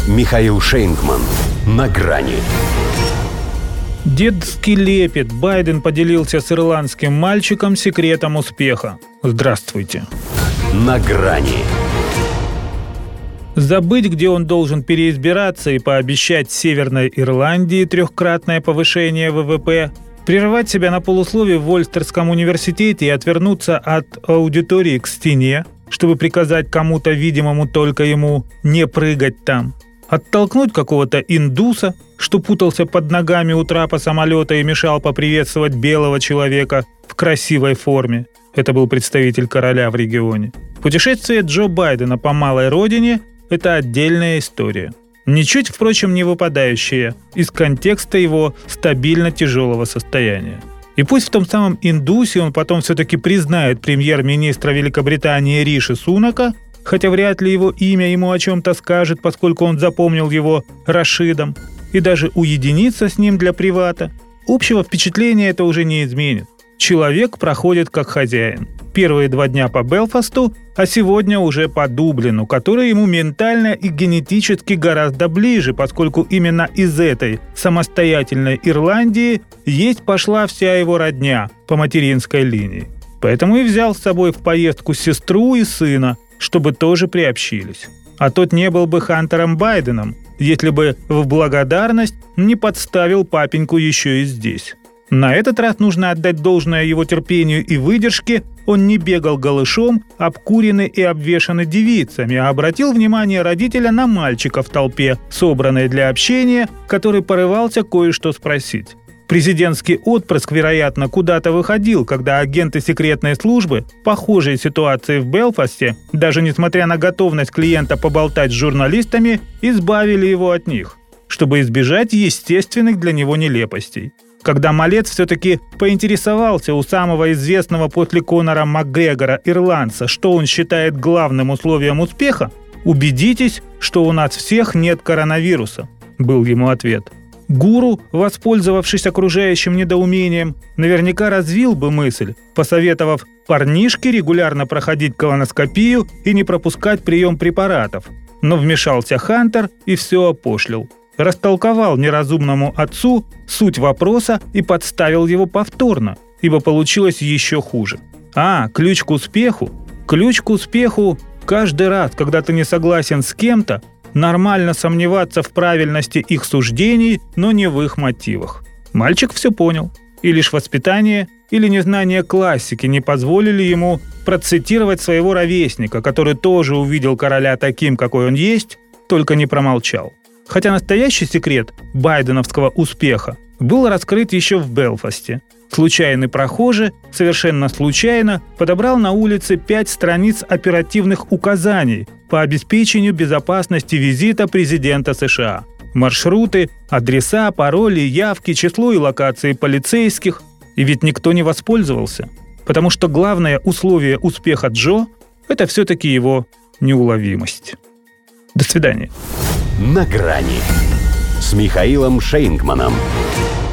Михаил Шейнгман. На грани. Детский лепет. Байден поделился с ирландским мальчиком секретом успеха. Здравствуйте. На грани. Забыть, где он должен переизбираться, и пообещать Северной Ирландии трехкратное повышение ВВП, прервать себя на полуслове в Вольстерском университете и отвернуться от аудитории к стене, чтобы приказать кому-то, видимому только ему, не прыгать там, оттолкнуть какого-то индуса, что путался под ногами у трапа самолета и мешал поприветствовать белого человека в красивой форме. Это был представитель короля в регионе. Путешествие Джо Байдена по малой родине – это отдельная история. Ничуть, впрочем, не выпадающая из контекста его стабильно тяжелого состояния. И пусть в том самом индусе он потом все-таки признает премьер-министра Великобритании Риши Сунака, хотя вряд ли его имя ему о чем-то скажет, поскольку он запомнил его Рашидом, и даже уединиться с ним для привата, общего впечатления это уже не изменит. Человек проходит как хозяин. Первые 2 дня по Белфасту, а сегодня уже по Дублину, который ему ментально и генетически гораздо ближе, поскольку именно из этой самостоятельной Ирландии пошла вся его родня по материнской линии. Поэтому и взял с собой в поездку сестру и сына, чтобы тоже приобщились. А тот не был бы Хантером Байденом, если бы в благодарность не подставил папеньку еще и здесь. На этот раз нужно отдать должное его терпению и выдержке. Он не бегал голышом, обкуренный и обвешанный девицами, а обратил внимание родителя на мальчика в толпе, собранной для общения, который порывался кое-что спросить. Президентский отпрыск, вероятно, куда-то выходил, когда агенты секретной службы, похожей ситуации в Белфасте, даже несмотря на готовность клиента поболтать с журналистами, избавили его от них, чтобы избежать естественных для него нелепостей. Когда малец все-таки поинтересовался у самого известного после Конора Макгрегора ирландца, что он считает главным условием успеха, «Убедитесь, что у нас всех нет коронавируса», был ему ответ. Гуру, воспользовавшись окружающим недоумением, наверняка развил бы мысль, посоветовав парнишке регулярно проходить колоноскопию и не пропускать прием препаратов. Но вмешался Хантер и все опошлил. Растолковал неразумному отцу суть вопроса и подставил его повторно, ибо получилось еще хуже. Ключ к успеху? Ключ к успеху каждый раз, когда ты не согласен с кем-то, нормально сомневаться в правильности их суждений, но не в их мотивах. Мальчик все понял. И лишь воспитание или незнание классики не позволили ему процитировать своего ровесника, который тоже увидел короля таким, какой он есть, только не промолчал. Хотя настоящий секрет байденовского успеха был раскрыт еще в Белфасте. Случайный прохожий совершенно случайно подобрал на улице 5 страниц оперативных указаний по обеспечению безопасности визита президента США. Маршруты, адреса, пароли, явки, число и локации полицейских. И ведь никто не воспользовался. Потому что главное условие успеха Джо – это все-таки его неуловимость. До свидания. На грани с Михаилом Шейнгманом.